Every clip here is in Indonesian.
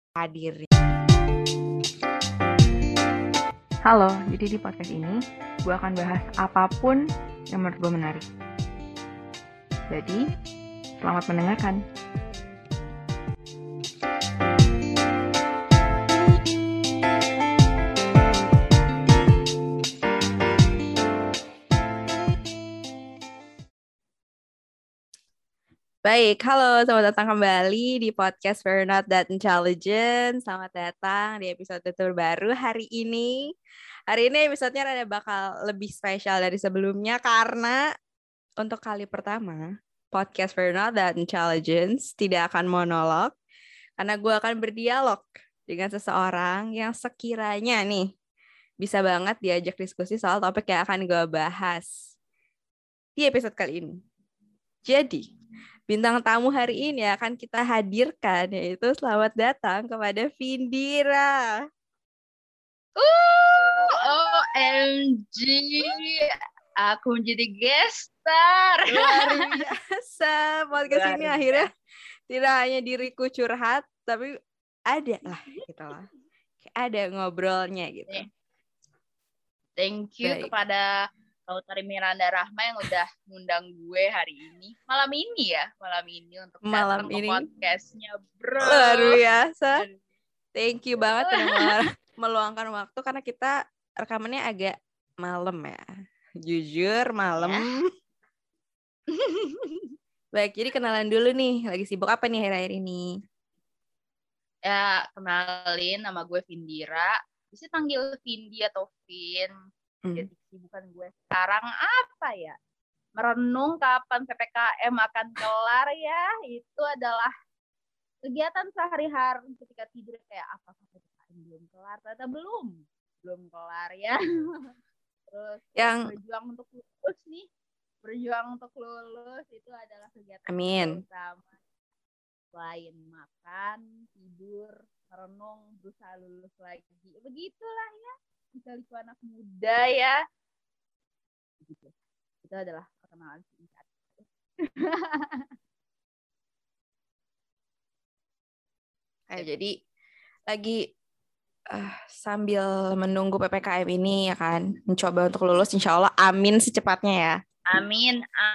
hadir. Halo, jadi di podcast ini gue akan bahas apapun yang menurut gue menarik. Jadi, selamat mendengarkan. Baik, halo, selamat datang kembali di podcast We're Not That Intelligent. Selamat datang di episode terbaru hari ini. Hari ini episodenya ada bakal lebih spesial dari sebelumnya karena untuk kali pertama podcast We're Not That Intelligent tidak akan monolog, karena gue akan berdialog dengan seseorang yang sekiranya nih bisa banget diajak diskusi soal topik yang akan gue bahas di episode kali ini. Jadi, bintang tamu hari ini akan kita hadirkan, yaitu selamat datang kepada Vindira. OMG, aku menjadi guest star. Luar biasa. Podcast Luar ini biasa. akhirnya tidak hanya diriku curhat, tapi ada lah gitu lah. Ada ngobrolnya gitu. Thank you Baik. kepada Lautari Miranda Rahma yang udah ngundang gue hari ini. Malam ini untuk Malam datang ini. ke podcastnya, bro. Luar biasa. Thank you banget udah meluangkan waktu karena kita rekamannya agak malam ya. Jujur malam. Baik, jadi kenalan dulu nih. Lagi sibuk apa nih akhir-akhir ini? Ya, kenalin, nama gue Vindira. Bisa panggil Vindi atau Vin. Jadi kesibukan gue sekarang apa ya? Merenung kapan PPKM akan kelar ya. Itu adalah kegiatan sehari-hari ketika tidur, kayak apakah PPKM belum kelar? Ternyata belum kelar ya. Terus Yang berjuang untuk lulus nih. Berjuang untuk lulus itu adalah kegiatan Amin. utama. Selain makan, tidur, merenung, berusaha lulus lagi. Begitulah ya. Liku anak muda ya. Begitu. Itu adalah perkenalan singkat. Jadi lagi sambil menunggu PPKM ini ya kan, mencoba untuk lulus, insya Allah amin secepatnya ya. Amin.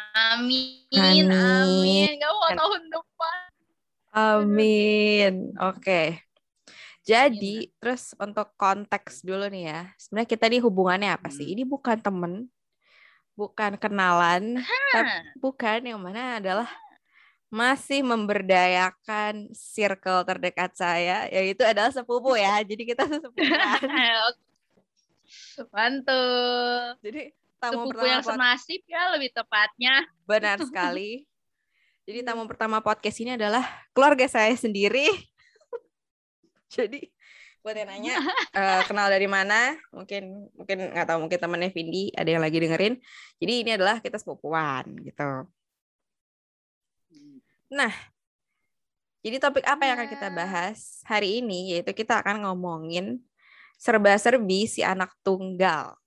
Gak mau tahun depan. Amin. Oke. Jadi terus untuk konteks dulu nih ya, sebenarnya kita nih hubungannya apa sih? Ini bukan temen, bukan kenalan, tapi bukan, yang mana adalah masih memberdayakan circle terdekat saya, yaitu adalah sepupu ya. Jadi kita sesepupuan. Mantul. Jadi tamu sepupu pertama yang senasib ya, lebih tepatnya. Benar sekali. Jadi tamu pertama podcast ini adalah keluarga saya sendiri. Jadi buat yang nanya kenal dari mana, mungkin nggak tahu, mungkin temannya Vindi ada yang lagi dengerin. Jadi ini adalah kita sepupuan gitu. Nah, jadi topik apa yang akan kita bahas hari ini, yaitu kita akan ngomongin serba-serbi si anak tunggal.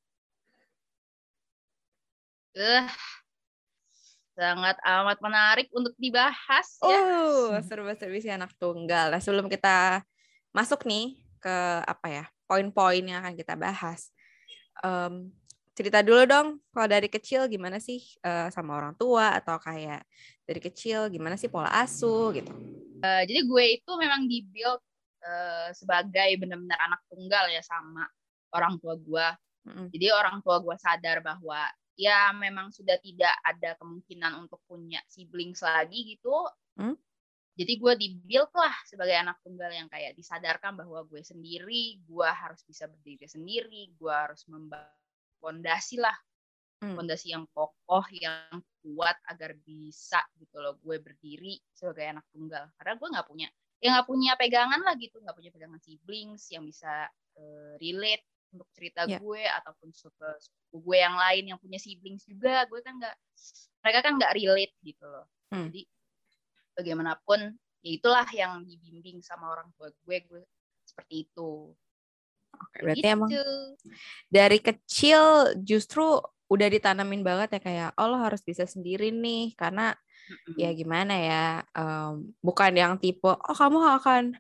Sangat amat menarik untuk dibahas ya. Serba-serbi si anak tunggal. Nah, sebelum kita masuk nih ke poin-poin yang akan kita bahas, cerita dulu dong, kalau dari kecil gimana sih sama orang tua, atau kayak dari kecil gimana sih pola asuh gitu. Jadi gue itu memang di-build sebagai benar-benar anak tunggal ya sama orang tua gue. Jadi orang tua gue sadar bahwa ya memang sudah tidak ada kemungkinan untuk punya siblings lagi gitu. Jadi gue di-build lah sebagai anak tunggal yang kayak disadarkan bahwa gue sendiri, gue harus bisa berdiri sendiri, gue harus membangun fondasi lah. Fondasi yang kokoh, yang kuat agar bisa gitu loh gue berdiri sebagai anak tunggal. Karena gue nggak punya pegangan lah gitu, nggak punya pegangan siblings yang bisa relate untuk cerita gue, ataupun sepupu gue yang lain yang punya siblings juga. Mereka kan nggak relate gitu loh. Jadi bagaimanapun ya itulah yang dibimbing sama orang tua gue seperti itu. Oke, berarti emang dari kecil justru udah ditanamin banget ya, kayak lo harus bisa sendiri nih, karena ya gimana ya, bukan yang tipe kamu akan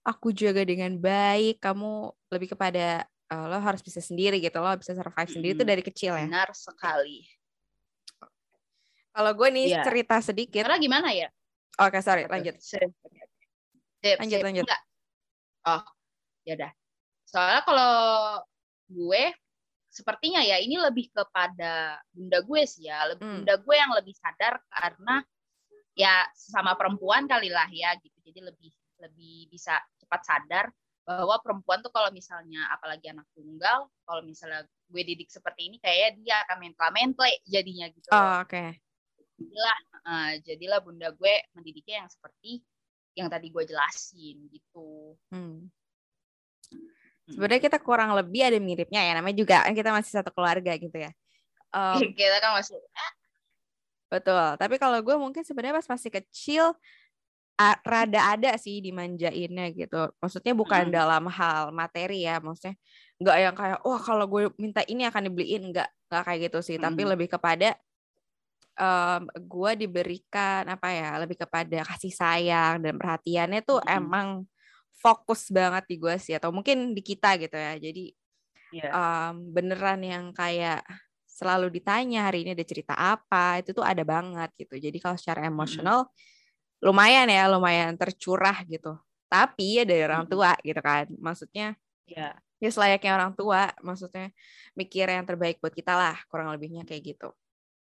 aku jaga dengan baik, kamu lebih kepada lo harus bisa sendiri gitu, lo bisa survive sendiri itu dari kecil ya. Benar sekali. Kalau gue nih Iya. cerita sedikit. Karena gimana ya? Oke, sorry, lanjut. Lanjut. Enggak. Oh, ya udah. Soalnya kalau gue sepertinya ya ini lebih kepada bunda gue sih ya. Bunda gue yang lebih sadar karena ya sama perempuan kali lah ya gitu. Jadi lebih bisa cepat sadar bahwa perempuan tuh kalau misalnya apalagi anak tunggal, kalau misalnya gue didik seperti ini kayak dia akan mental jadinya gitu. Oh, oke. Jadilah bunda gue mendidiknya yang seperti yang tadi gue jelasin gitu. Sebenarnya kita kurang lebih ada miripnya ya, namanya juga kan kita masih satu keluarga gitu ya. Kita kan masih betul. Tapi kalau gue mungkin sebenarnya pas masih kecil rada ada sih dimanjainnya gitu. Maksudnya bukan dalam hal materi ya, maksudnya nggak yang kayak wah kalau gue minta ini akan dibeliin, nggak kayak gitu sih. Tapi lebih kepada gue diberikan apa ya, lebih kepada kasih sayang dan perhatiannya tuh emang fokus banget di gue sih, atau mungkin di kita gitu ya. Jadi beneran yang kayak selalu ditanya hari ini ada cerita apa, itu tuh ada banget gitu. Jadi kalau secara emosional lumayan tercurah gitu. Tapi ya dari orang tua gitu kan, maksudnya ya selayaknya orang tua, maksudnya mikir yang terbaik buat kita lah, kurang lebihnya kayak gitu.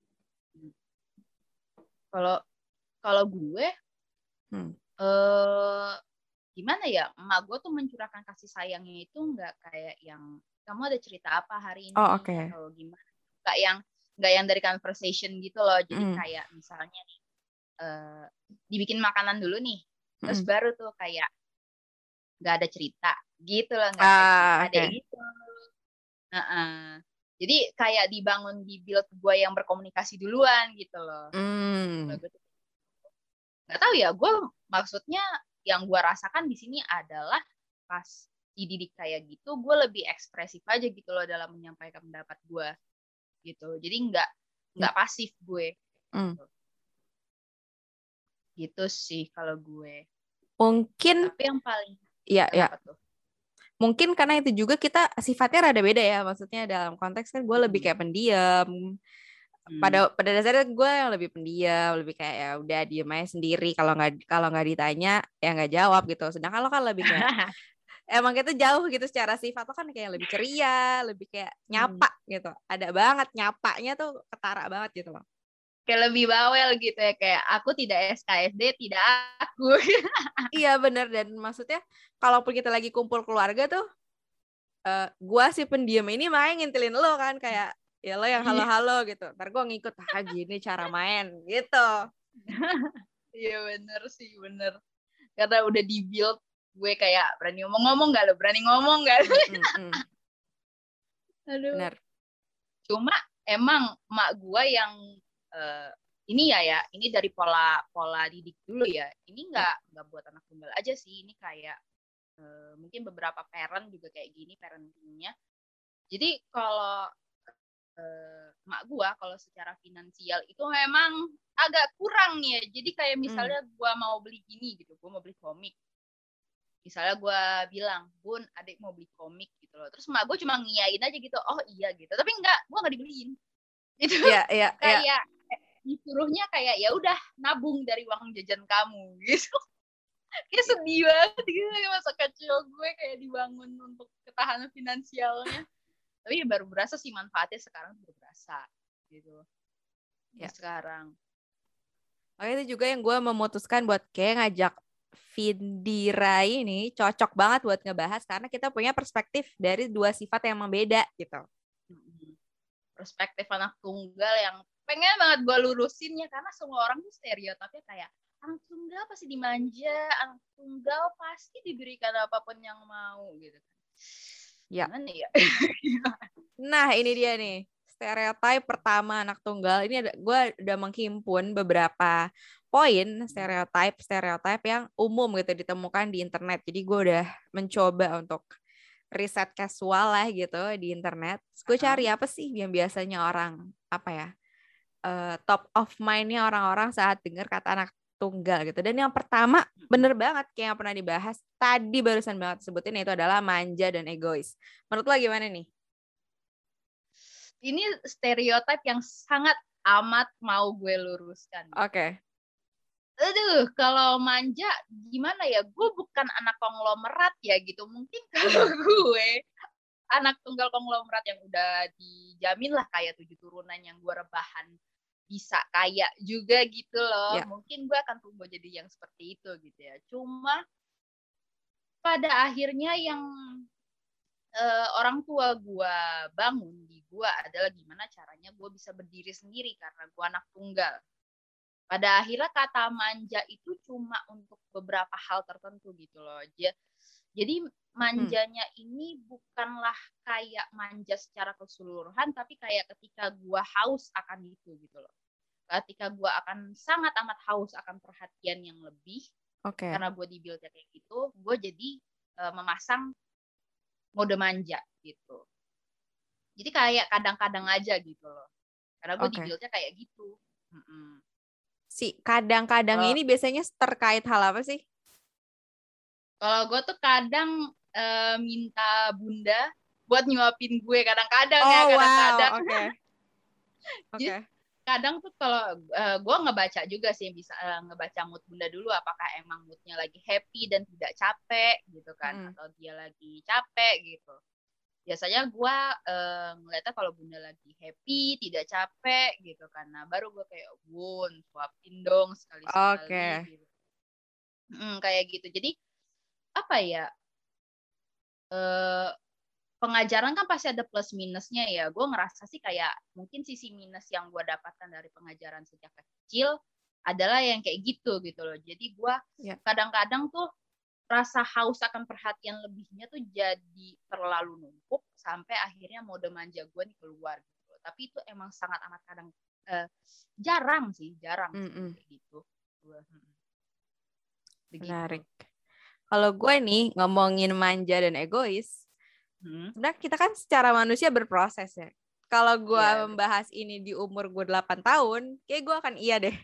Kalau gue gimana ya, emak gue tuh mencurahkan kasih sayangnya itu nggak kayak yang kamu ada cerita apa hari ini atau gimana, nggak yang dari conversation gitu loh. Jadi kayak misalnya nih dibikin makanan dulu nih, terus baru tuh kayak nggak ada cerita gitu loh, nggak ada gitu. Jadi kayak dibuild gue yang berkomunikasi duluan gitu loh. Nggak tahu ya, gue maksudnya yang gue rasakan di sini adalah pas dididik kayak gitu, gue lebih ekspresif aja gitu loh dalam menyampaikan pendapat gue gitu. Jadi nggak pasif gue. Gitu sih kalau gue. Mungkin. Tapi yang paling. Iya. Mungkin karena itu juga kita sifatnya rada beda ya, maksudnya dalam konteks kan gue lebih kayak pendiam. Pada dasarnya gue yang lebih pendiam, lebih kayak ya udah diem aja sendiri, kalau nggak ditanya ya nggak jawab gitu. Sedangkan lo kan lebih kayak emang kita jauh gitu secara sifat, lo kan kayak lebih ceria, lebih kayak nyapa gitu. Ada banget nyapanya tuh ketara banget gitu loh. Kayak lebih bawel gitu ya, kayak aku tidak SKSD, tidak aku. Iya bener, dan maksudnya kalaupun kita lagi kumpul keluarga tuh gue si pendiam ini main ngintilin lo kan, kayak ya lo yang halo-halo gitu, ntar gue ngikut gini cara main gitu. Iya bener sih, bener. Karena udah di-build gue kayak berani ngomong nggak lo, berani ngomong nggak. Aduh. Bener. Cuma emang emak gue yang ini ini dari pola didik dulu ya. Ini nggak buat anak tunggal aja sih. Ini kayak mungkin beberapa parent juga kayak gini parentingnya. Jadi kalau emak gue kalau secara finansial itu memang agak kurang ya. Jadi kayak misalnya gue mau beli gini gitu, gue mau beli komik. Misalnya gue bilang, Bun, adik mau beli komik gitu loh. Terus emak gue cuma ngiyain aja gitu, oh iya gitu. Tapi gue nggak dibeliin. Gitu. Iya. Kayak disuruhnya kayak ya udah nabung dari uang jajan kamu gitu. Kayak sedih banget gitu, masa kecil gue kayak dibangun untuk ketahanan finansialnya. Tapi ya baru berasa sih manfaatnya sekarang, baru berasa gitu. Ya sekarang. Itu juga yang gue memutuskan buat kayak ngajak Vindira ini cocok banget buat ngebahas karena kita punya perspektif dari dua sifat yang berbeda gitu. Perspektif anak tunggal yang pengen banget gue lurusin ya, karena semua orang tuh stereotipnya kayak anak tunggal pasti dimanja, anak tunggal pasti diberikan apapun yang mau gitu kan. Ya. Gimana ya? Nah ini dia nih stereotip pertama anak tunggal. Ini gue udah menghimpun beberapa poin stereotip yang umum gitu ditemukan di internet. Jadi gue udah mencoba untuk riset casual lah gitu di internet. Gue cari apa sih yang biasanya orang top of mind-nya orang-orang saat dengar kata anak tunggal gitu. Dan yang pertama bener banget kayak yang pernah dibahas tadi barusan banget sebutin, itu adalah manja dan egois. Menurut lo gimana nih? Ini stereotip yang sangat amat mau gue luruskan. Oke. Aduh, kalau manja gimana ya? Gue bukan anak konglomerat ya gitu. Mungkin kalau gue anak tunggal konglomerat yang udah dijamin lah kayak 7 turunan yang gue rebahan bisa kaya juga gitu loh. Yeah. Mungkin gue akan tumbuh jadi yang seperti itu gitu ya. Cuma pada akhirnya yang orang tua gue bangun di gue adalah gimana caranya gue bisa berdiri sendiri karena gue anak tunggal. Pada akhirnya kata manja itu cuma untuk beberapa hal tertentu gitu loh. Jadi manjanya ini bukanlah kayak manja secara keseluruhan, tapi kayak ketika gue haus akan itu gitu loh. Ketika gue akan sangat amat haus akan perhatian yang lebih, karena gue di-build-nya kayak gitu, gue jadi memasang mode manja gitu. Jadi kayak kadang-kadang aja gitu loh. Karena gue di-build-nya kayak gitu. Si kadang-kadang ini biasanya terkait hal apa sih? Kalau gue tuh kadang minta bunda buat nyuapin gue kadang-kadang ya, kadang-kadang. Wow, oke. Jadi kadang tuh kalau gue ngebaca juga sih, bisa ngebaca mood bunda dulu, apakah emang moodnya lagi happy dan tidak capek gitu kan, atau dia lagi capek gitu. Biasanya gue ngeliatnya kalau bunda lagi happy, tidak capek gitu kan, nah baru gue kayak bun, suapin dong sekali-sekali gitu. Kayak gitu. Jadi apa ya, pengajaran kan pasti ada plus minusnya ya. Gue ngerasa sih kayak mungkin sisi minus yang gue dapatkan dari pengajaran sejak kecil adalah yang kayak gitu loh. Jadi gue kadang-kadang tuh rasa haus akan perhatian lebihnya tuh jadi terlalu numpuk sampai akhirnya mode manja gue nih keluar gitu. Tapi itu emang sangat amat kadang jarang sih kayak gitu. Menarik. Kalau gue nih ngomongin manja dan egois, sebenarnya kita kan secara manusia berproses ya. Kalau gue membahas ini di umur gue 8 tahun, kayak gue akan iya deh.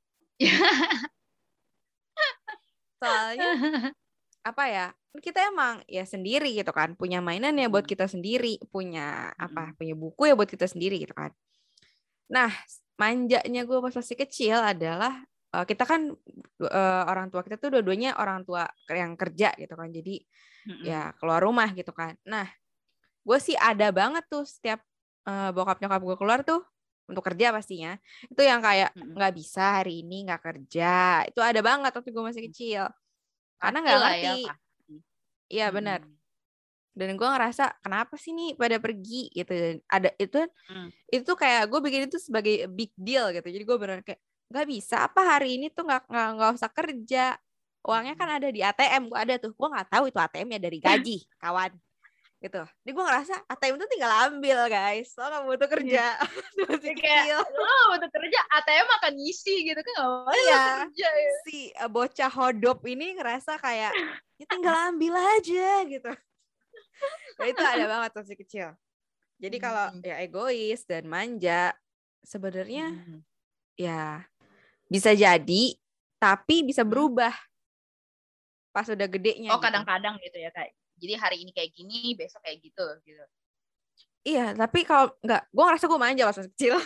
Soalnya apa ya, kita emang ya sendiri gitu kan, punya mainan ya buat kita sendiri, punya punya buku ya buat kita sendiri gitu kan. Nah, manjanya gue pas masih kecil adalah kita kan orang tua kita tuh dua-duanya orang tua yang kerja gitu kan, jadi ya keluar rumah gitu kan. Nah, gue sih ada banget tuh setiap bokap nyokap gue keluar tuh untuk kerja pastinya, itu yang kayak nggak bisa hari ini nggak kerja, itu ada banget waktu gue masih kecil. Karena nggak ngerti. Iya benar. Dan gue ngerasa kenapa sih nih pada pergi gitu. Ada itu kayak gue bikin itu sebagai big deal gitu. Jadi gue benar kayak nggak bisa apa hari ini tuh nggak usah kerja, uangnya kan ada di ATM. Gue ada tuh, gue nggak tahu itu ATM-nya dari gaji kawan gitu. Jadi gue ngerasa ATM tuh tinggal ambil guys, lo nggak butuh kerja. Kayak lo butuh kerja, ATM akan ngisi gitu kan. Kerja, ya. Si bocah hodop ini ngerasa kayak ya tinggal ambil aja gitu. Nah, itu ada banget masih kecil. Jadi kalau ya egois dan manja sebenarnya ya bisa jadi, tapi bisa berubah pas udah gedenya. Kadang-kadang gitu ya kayak. Jadi hari ini kayak gini, besok kayak gitu. Iya, tapi kalau gue ngerasa gue manja pas masih kecil.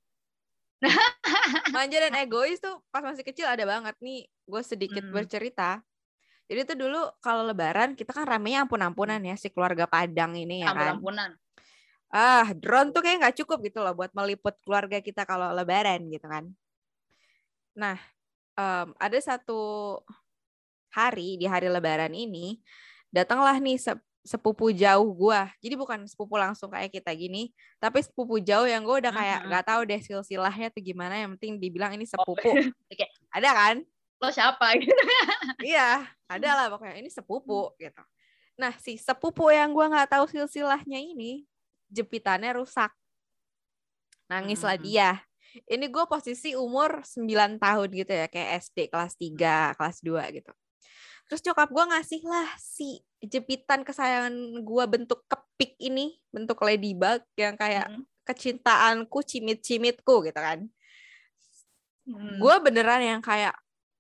Manja dan egois tuh pas masih kecil ada banget nih. Gue sedikit bercerita. Jadi tuh dulu kalau lebaran kita kan ramenya ampun-ampunan ya, si keluarga Padang ini ya kan. Ampun-ampunan. Drone tuh kayak nggak cukup gitu loh buat meliput keluarga kita kalau lebaran gitu kan. Nah, ada satu hari di hari lebaran ini datanglah nih sepupu jauh gue. Jadi bukan sepupu langsung kayak kita gini, tapi sepupu jauh yang gue udah kayak nggak tahu deh silsilahnya tuh gimana. Yang penting dibilang ini sepupu. Ada kan? Lo siapa gitu? Iya, ada lah pokoknya ini sepupu gitu. Nah, si sepupu yang gue nggak tahu silsilahnya ini jepitannya rusak. Nangislah dia. Ini gue posisi umur 9 tahun gitu ya, kayak SD kelas 3, kelas 2 gitu. Terus nyokap gue ngasih lah si jepitan kesayangan gue bentuk kepik ini, bentuk ladybug yang kayak kecintaanku, cimit-cimitku gitu kan. Gue beneran yang kayak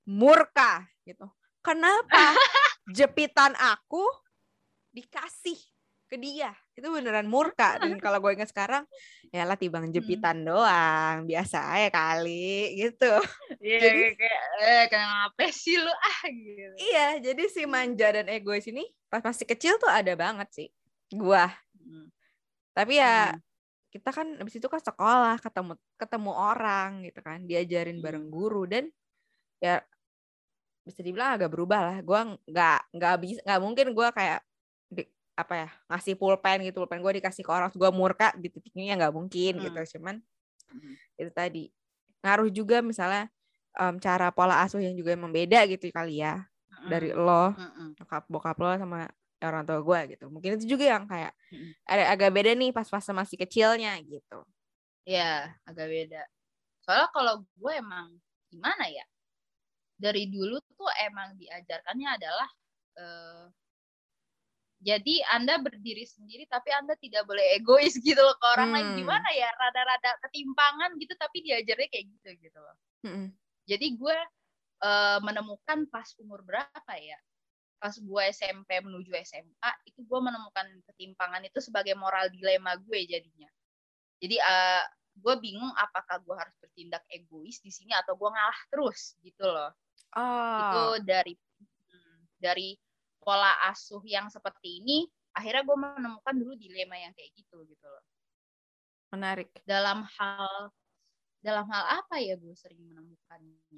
murka gitu. Kenapa jepitan aku dikasih ke dia? Itu beneran murka. Dan kalau gue ingat sekarang, ya lah tibang jepitan doang, biasa aja kali gitu. Iya, Jadi kayak kenapa sih lu gitu. Iya, jadi si manja dan egois ini pas masih kecil tuh ada banget sih gua. Tapi ya kita kan abis itu kan sekolah, ketemu orang gitu kan, diajarin bareng guru, dan ya bisa dibilang agak berubah lah. Gua nggak mungkin gua kayak ngasih pulpen gitu, pulpen gue dikasih ke orang, gue murka di titiknya, nggak mungkin gitu. Cuman itu tadi ngaruh juga misalnya cara pola asuh yang juga membeda gitu kali ya, dari lo, bokap lo sama orang tua gue gitu. Mungkin itu juga yang kayak agak beda nih pas fase masih kecilnya gitu. Iya, agak beda. Soalnya kalau gue emang gimana ya, dari dulu tuh emang diajarkannya adalah jadi Anda berdiri sendiri tapi Anda tidak boleh egois gitu loh ke orang lain. Gimana ya, rada-rada ketimpangan gitu tapi diajarnya kayak gitu loh. Jadi gue menemukan pas umur berapa ya, pas gue SMP menuju SMA, itu gue menemukan ketimpangan itu sebagai moral dilema gue jadinya. Jadi gue bingung apakah gue harus bertindak egois di sini atau gue ngalah terus gitu loh. Itu dari pola asuh yang seperti ini, akhirnya gue menemukan dulu dilema yang kayak gitu loh. Menarik. Dalam hal apa ya gue sering menemukannya?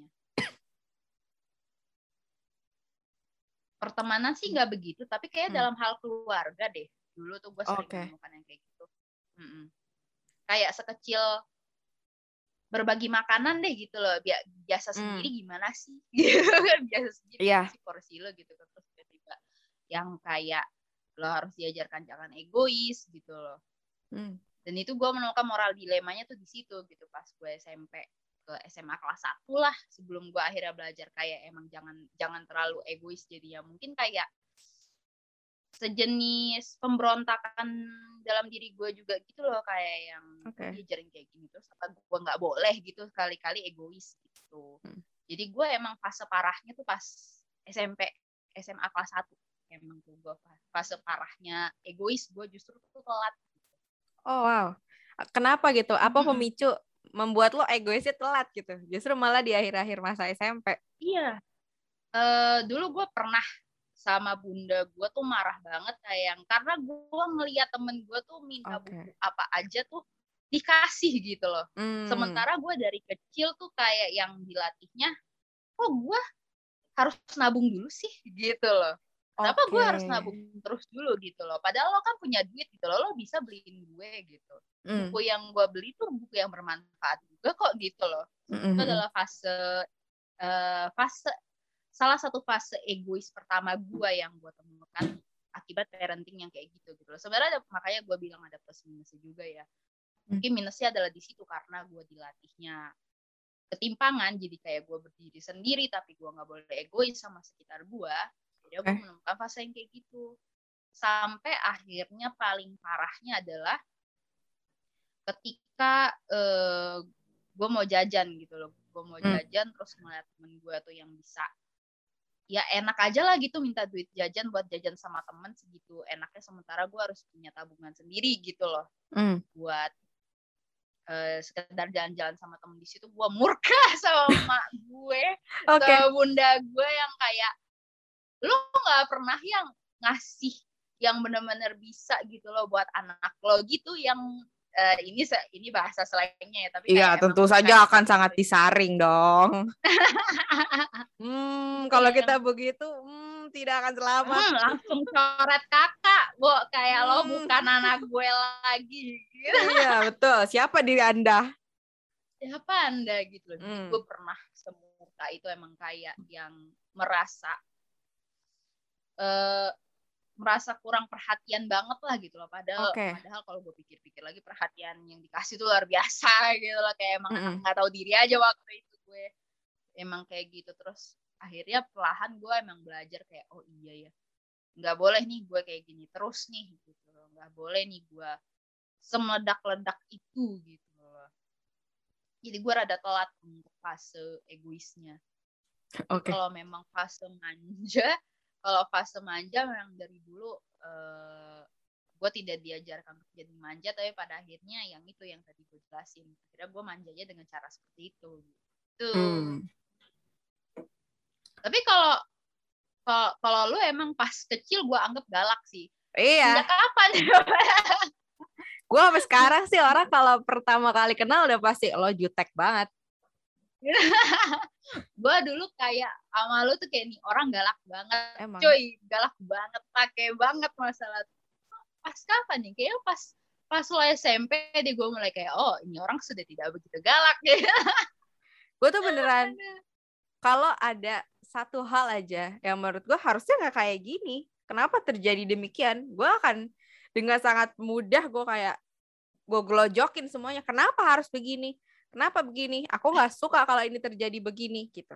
Pertemanan sih nggak begitu, tapi kayak dalam hal keluarga deh. Dulu tuh gue sering menemukan yang kayak gitu. Kayak sekecil berbagi makanan deh gitu loh. Biasa sendiri gimana sih? Biasa sendiri sih porsi lo gitu. Terus tiba-tiba yang kayak lo harus diajarkan jangan egois gitu loh. Dan itu gue menemukan moral dilemanya tuh di situ gitu pas gue SMP ke SMA kelas 1 lah, sebelum gue akhirnya belajar kayak emang jangan terlalu egois, jadinya mungkin kayak sejenis pemberontakan dalam diri gue juga gitu loh, kayak yang diajarin kayak gini terus apa gue nggak boleh gitu sekali-kali egois gitu. Jadi gue emang fase parahnya tuh pas SMP SMA kelas 1 emang tuh gue fase parahnya egois gue justru tuh telat. Oh wow, kenapa gitu? Apa pemicu membuat lo egoisnya telat gitu? Justru malah di akhir-akhir masa SMP. Iya, dulu gue pernah sama bunda gue tuh marah banget sayang, karena gue ngeliat temen gue tuh minta buku apa aja tuh dikasih gitu loh. Sementara gue dari kecil tuh kayak yang dilatihnya, kok gue harus nabung dulu sih gitu loh. Kenapa gue harus nabung terus dulu gitu loh? Padahal lo kan punya duit gitu loh, lo bisa beliin gue gitu. Buku yang gue beli tuh buku yang bermanfaat juga kok gitu loh. Itu adalah salah satu fase egois pertama gue yang gue temukan akibat parenting yang kayak gitu loh. Sebenarnya makanya gue bilang ada plus minusnya juga ya. Mungkin minusnya adalah di situ karena gue dilatihnya ketimpangan, jadi kayak gue berdiri sendiri tapi gue nggak boleh egois sama sekitar gue. Jadi gue menemukan fase yang kayak gitu. Sampai akhirnya paling parahnya adalah ketika gue mau jajan gitu loh. Gue mau jajan terus ngeliat temen gue tuh yang bisa, ya enak aja lah gitu minta duit jajan buat jajan sama temen segitu enaknya, sementara gue harus punya tabungan sendiri gitu loh buat sekedar jalan-jalan sama temen. Di situ gue murka sama mak gue, sama bunda gue yang kayak, lo nggak pernah yang ngasih yang benar-benar bisa gitu loh buat anak lo gitu, yang ini bahasa slangnya ya, tapi iya tentu saja akan sangat disaring dong. Kalau kita begitu tidak akan selamat. Langsung coret kakak, Bu, kayak lo bukan anak gue lagi gitu. Iya betul, siapa diri Anda? Siapa Anda gitu loh. Jadi gue pernah semuka itu emang kayak yang merasa kurang perhatian banget lah gitu loh. Padahal kalau gue pikir-pikir lagi perhatian yang dikasih tuh luar biasa gitu loh. Kayak emang nggak tahu diri aja waktu itu gue. Emang kayak gitu. Terus akhirnya perlahan gue emang belajar kayak, oh iya ya, nggak boleh nih gue kayak gini terus nih gitu loh. Nggak boleh nih gue semeledak-ledak itu gitu loh. Jadi gue rada telat untuk fase egoisnya. Oke. Kalau memang fase manja memang dari dulu gue tidak diajarkan untuk jadi manja, tapi pada akhirnya yang itu yang tadi gue jelasin, akhirnya gue manjanya dengan cara seperti itu gitu. Tapi kalau lu emang pas kecil gue anggap galak sih. Iya. Sejak kapan? Gue sampai sekarang sih orang kalau pertama kali kenal udah pasti lo jutek banget. Gue dulu kayak sama lu tuh kayak nih orang galak banget. Emang. Coy, galak banget, pakai banget masalah. Pas kapan nih? Kayaknya pas lo SMP deh gue mulai kayak, oh ini orang sudah tidak begitu galak ya. Gue tuh beneran kalau ada satu hal aja yang menurut gue harusnya nggak kayak gini, kenapa terjadi demikian, gue akan dengan sangat mudah gue gelojokin semuanya. Kenapa harus begini? Kenapa begini? Aku nggak suka kalau ini terjadi begini gitu.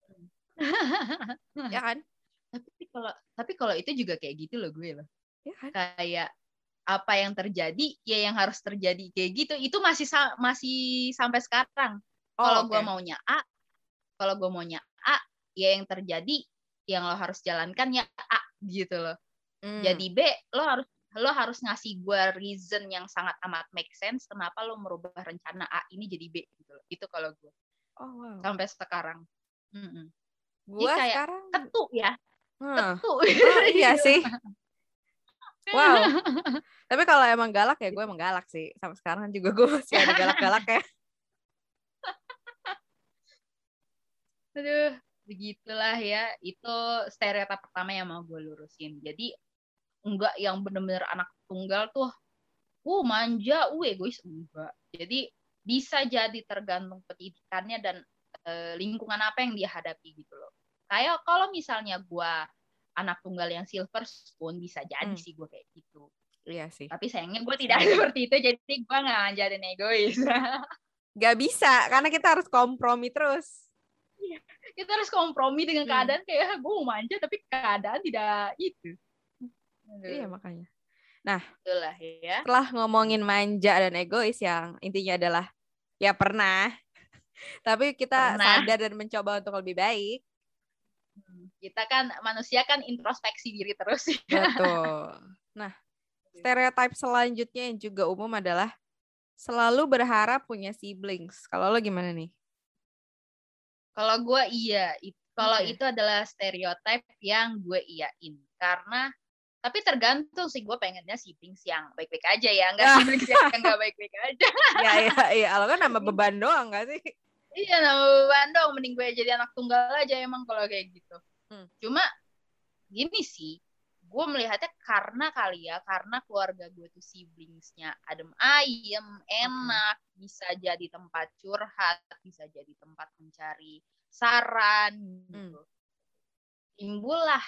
Ya kan? Tapi kalau itu juga kayak gitu loh gue loh. Ya kan? Kayak apa yang terjadi ya yang harus terjadi kayak gitu. Itu masih sampai sekarang. Kalau gue maunya A, ya yang terjadi yang lo harus jalankan ya A gitu loh. Jadi B lo harus ngasih gue reason yang sangat amat make sense kenapa lo merubah rencana A ini jadi B gitu loh. Itu kalau gue. Oh, wow. Sampai sekarang. Gue sekarang ketu ya. Ketu. Oh, iya sih. Wow. Tapi kalau emang galak ya gue emang galak sih. Sampai sekarang juga gue masih ada galak-galak ya. Aduh, begitulah ya. Itu stereotip pertama yang mau gue lurusin. Jadi enggak yang bener-bener anak tunggal tuh manja, egois, enggak. Jadi bisa jadi tergantung pendidikannya dan lingkungan apa yang dia hadapi gitu loh. Kayak kalau misalnya gue anak tunggal yang silver spoon, bisa jadi sih gue kayak gitu. Iya sih. Tapi sayangnya gue tidak seperti itu, jadi gue nggak manja dan egois. Gak bisa, karena kita harus kompromi terus. Iya, kita harus kompromi dengan keadaan kayak gue mau manja tapi keadaan tidak itu. Iya makanya. Nah, itulah ya. Setelah ngomongin manja dan egois yang intinya adalah ya pernah, tapi kita sadar dan mencoba untuk lebih baik. Kita kan manusia kan introspeksi diri terus. Betul. Nah, stereotip selanjutnya yang juga umum adalah selalu berharap punya siblings. Kalau lo gimana nih? Kalau gue iya. Kalau itu adalah stereotip yang gue iyain. Karena tapi tergantung sih, gue pengennya siblings yang baik-baik aja ya, nggak siblings yang nggak baik-baik aja. Iya. Lo kan nambah beban doang nggak sih? Iya, nambah beban doang. Mending gue jadi anak tunggal aja emang kalau kayak gitu. Cuma gini sih, gue melihatnya karena keluarga gue tuh siblingsnya adem ayem, enak, bisa jadi tempat curhat, bisa jadi tempat mencari saran gitu. Timbullah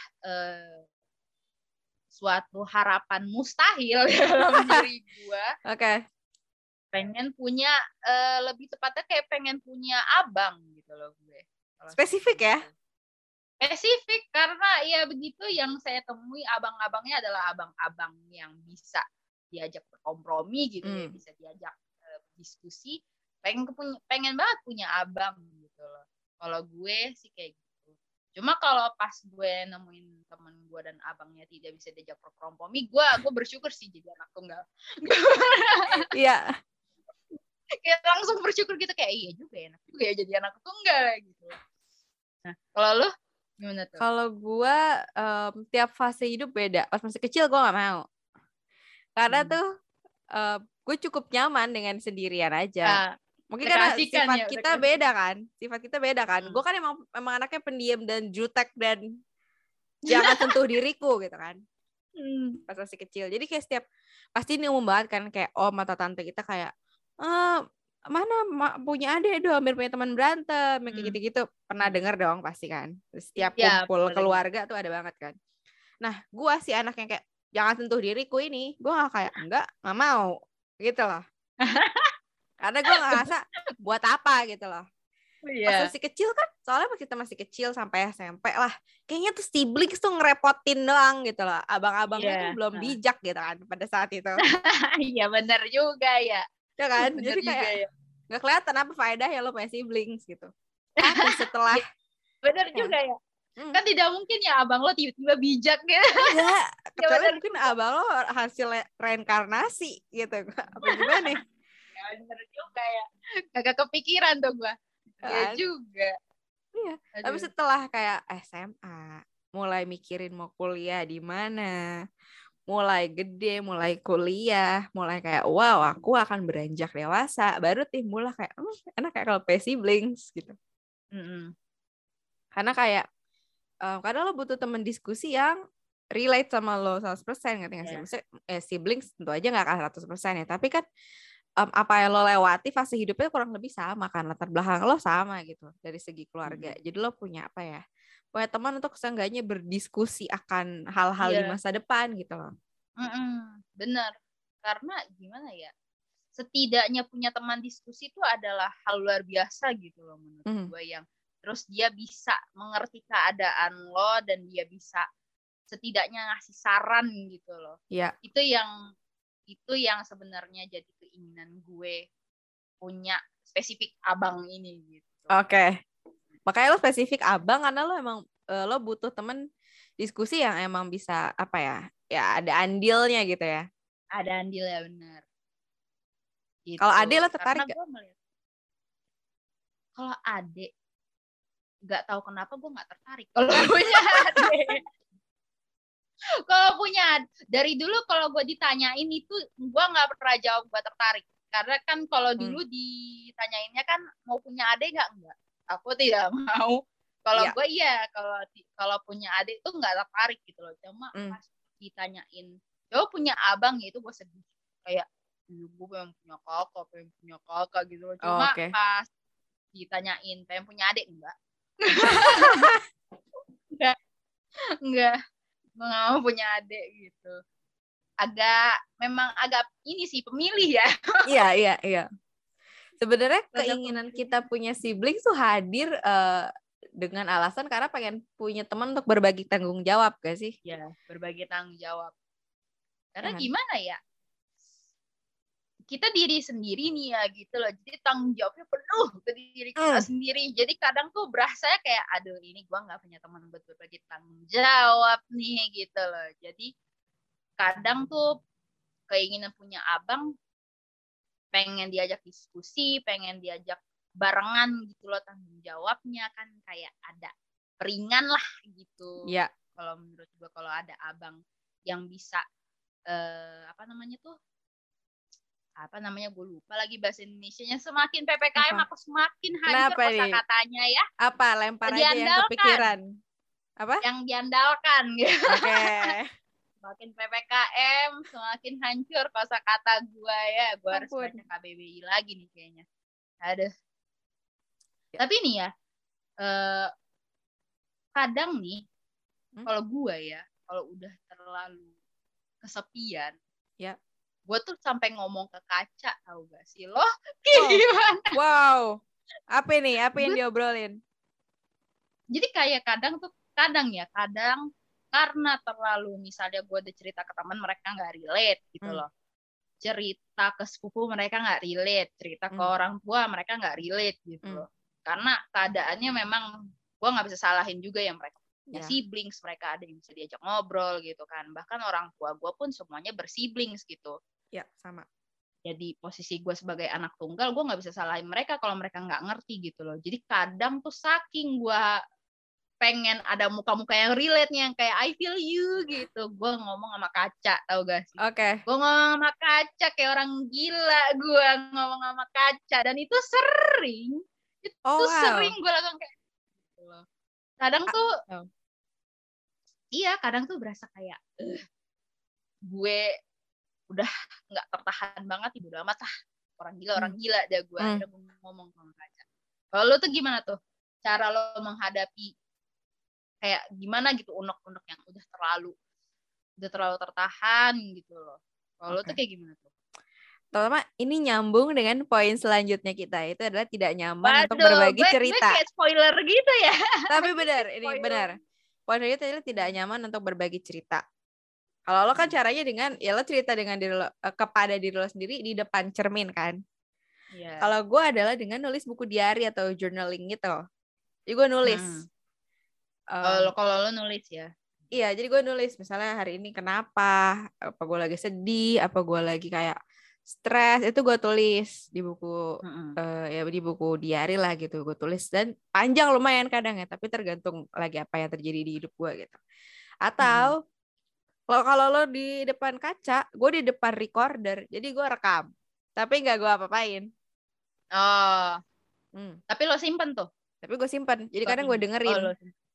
suatu harapan mustahil dalam diri gue. Pengen punya lebih tepatnya kayak pengen punya abang gitu loh gue. Spesifik ya? Spesifik karena ya begitu yang saya temui abang-abangnya adalah abang-abang yang bisa diajak berkompromi gitu ya, bisa diajak diskusi. Pengen banget punya abang gitu loh. Kalau gue sih kayak gitu. Cuma kalau pas gue nemuin temen gue dan abangnya tidak bisa diajak berkompromi, gue bersyukur sih jadi anak tunggal. Iya. Kayak langsung bersyukur gitu kayak iya juga ya, enak juga ya jadi anak tunggal gitu. Nah, kalau lo gimana tuh? Kalau gue tiap fase hidup beda. Pas masih kecil gue nggak mau. Karena tuh gue cukup nyaman dengan sendirian aja. Mungkin karena sifat kita beda kan. Gue kan emang anaknya pendiam dan jutek dan jangan sentuh diriku gitu kan. Pas masih kecil. Jadi kayak setiap pasti ini umum banget kan, kayak mata tante kita kayak mana punya adik dong, hampir punya teman berantem, kayak gitu-gitu. Pernah denger dong pasti kan. Setiap kumpul keluarga tuh ada banget kan. Nah, gue si anak yang kayak jangan sentuh diriku ini, gue kayak enggak mau gitu loh. Karena gue ngerasa buat apa gitu loh. Pas masih kecil kan, soalnya pas kita masih kecil sampai SMP lah, kayaknya tuh siblings tuh ngerepotin doang gitu loh. Abang-abangnya tuh belum bijak gitu kan pada saat itu. Iya benar juga ya. Ya kan, jadi kayak nggak kelihatan apa faedahnya lo punya siblings gitu. Tapi setelah Bener juga ya. Kan tidak mungkin ya abang lo tiba-tiba bijak gitu. Enggak, kecuali mungkin abang lo hasil reinkarnasi gitu. Apa gimana? Ya bener juga ya. Kagak kepikiran tuh gue. Ya juga. Iya. Tapi setelah kayak SMA, mulai mikirin mau kuliah di mana, mulai gede, mulai kuliah, mulai kayak wow aku akan beranjak dewasa, baru timbullah kayak enak kayak kalau punya siblings gitu. Karena kayak kadang lo butuh teman diskusi yang relate sama lo 100%, ngerti nggak sih? Maksudnya siblings tentu aja nggak akan 100% ya, tapi kan apa yang lo lewati fase hidupnya kurang lebih sama kan, latar belakang lo sama gitu dari segi keluarga. Jadi lo punya apa ya? Punya teman untuk seenggaknya berdiskusi akan hal-hal di masa depan gitu loh. Bener. Karena gimana ya? Setidaknya punya teman diskusi itu adalah hal luar biasa gitu loh menurut gue, yang terus dia bisa mengerti keadaan lo dan dia bisa setidaknya ngasih saran gitu loh. Iya. Itu yang sebenarnya jadi keinginan gue punya spesifik abang ini gitu. Oke. Makanya lo spesifik abang karena lo emang lo butuh temen diskusi yang emang bisa apa ya? Ya ada andilnya gitu ya. Ada andilnya benar. Gitu. Kalau Ade lo tertarik gak? Kalau Ade nggak tahu kenapa gue nggak tertarik kalau punya Ade. Kalau punya dari dulu kalau gue ditanyain itu gue nggak pernah jawab gue tertarik, karena kan kalau dulu ditanyainnya kan mau punya adik enggak, aku tidak mau. Kalau gue kalau punya adik itu nggak tertarik gitu loh. Cuma pas ditanyain coba punya abang gitu gue sedih, kayak gue pengen punya kakak gitu loh. Cuma pas ditanyain pengen punya adik enggak gue nggak mau punya adik gitu. Memang agak ini sih pemilih ya. Iya. Sebenarnya keinginan kita punya sibling tuh hadir dengan alasan karena pengen punya teman untuk berbagi tanggung jawab gak sih? Ya, berbagi tanggung jawab. Karena gimana ya? Kita diri sendiri nih ya gitu loh. Jadi tanggung jawabnya penuh ke diri kita sendiri. Jadi kadang tuh berasanya kayak aduh ini gue gak punya teman buat berbagi tanggung jawab nih gitu loh. Jadi kadang tuh keinginan punya abang pengen diajak diskusi, pengen diajak barengan gitu loh, tanggung jawabnya kan kayak ada peringan lah gitu. Iya. Kalau menurut gue kalau ada abang yang bisa gue lupa lagi bahasa Indonesianya. Semakin PPKM aku semakin hancur kosakatanya ya. Apa? Lempar aja yang kepikiran. Apa? Yang diandalkan gitu. Oke. Semakin PPKM semakin hancur kosakata gue ya. Gue harus baca KBBI lagi nih kayaknya. Aduh. Tapi nih ya, kadang nih kalau gue ya, kalau udah terlalu kesepian, ya, gue tuh sampai ngomong ke kaca, tahu gak sih lo? Gimana? Wow. Apa yang diobrolin? Jadi kayak kadang karena terlalu misalnya gue udah cerita ke teman mereka nggak relate gitu loh, cerita ke sepupu mereka nggak relate, cerita ke orang tua mereka nggak relate gitu loh. Karena keadaannya memang gue nggak bisa salahin juga yang mereka punya siblings, mereka ada yang bisa diajak ngobrol gitu kan. Bahkan orang tua gue pun semuanya bersiblings gitu. Ya, sama. Jadi posisi gue sebagai anak tunggal, gue nggak bisa salahin mereka kalau mereka nggak ngerti gitu loh. Jadi kadang tuh saking gue pengen ada muka-muka yang relate nya, yang kayak I feel you gitu, gue ngomong sama kaca, tau gak sih? Oke. Gue ngomong sama kaca kayak orang gila, gue ngomong sama kaca, dan itu sering. Sering gue lakukan kayak gitu loh. Kadang tuh kadang tuh berasa kayak gue udah nggak tertahan banget, ibu udah amat orang gila dah gue. Akhirnya gue ngomong sama kaca. Kalau lo tuh gimana tuh cara lo menghadapi kayak gimana gitu unek-unek yang udah terlalu tertahan gitu loh? Kalau lo tuh kayak gimana tuh? Terutama ini nyambung dengan poin selanjutnya kita, itu adalah tidak nyaman untuk berbagi cerita. Kayak spoiler gitu ya. Tapi benar, ini benar. Poin selanjutnya adalah tidak nyaman untuk berbagi cerita. Kalau lo kan caranya dengan lo cerita dengan diri lo, kepada diri lo sendiri di depan cermin kan. Kalau gue adalah dengan nulis buku diary atau journaling gitu. Jadi gue nulis. Kalau lo nulis ya? Iya, jadi gue nulis misalnya hari ini kenapa, apa gue lagi sedih, apa gue lagi kayak stres, itu gue tulis di buku ya di buku diary lah gitu, gue tulis dan panjang lumayan kadang ya, tapi tergantung lagi apa yang terjadi di hidup gue gitu. Atau kalau lo di depan kaca, gue di depan recorder, jadi gue rekam, tapi nggak gue apa-apain. Tapi lo simpen tuh? Tapi gue simpen, jadi kadang gue dengerin.